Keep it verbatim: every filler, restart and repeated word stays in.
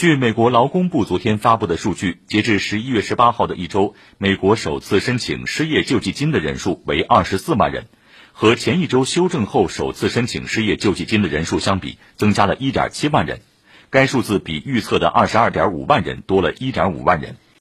据美国劳工部昨天发布的数据，截至十一月十八号的一周，美国首次申请失业救济金的人数为二十四万人，和前一周修正后首次申请失业救济金的人数相比，增加了一点七万人。该数字比预测的二十二点五万人多了一点五万人。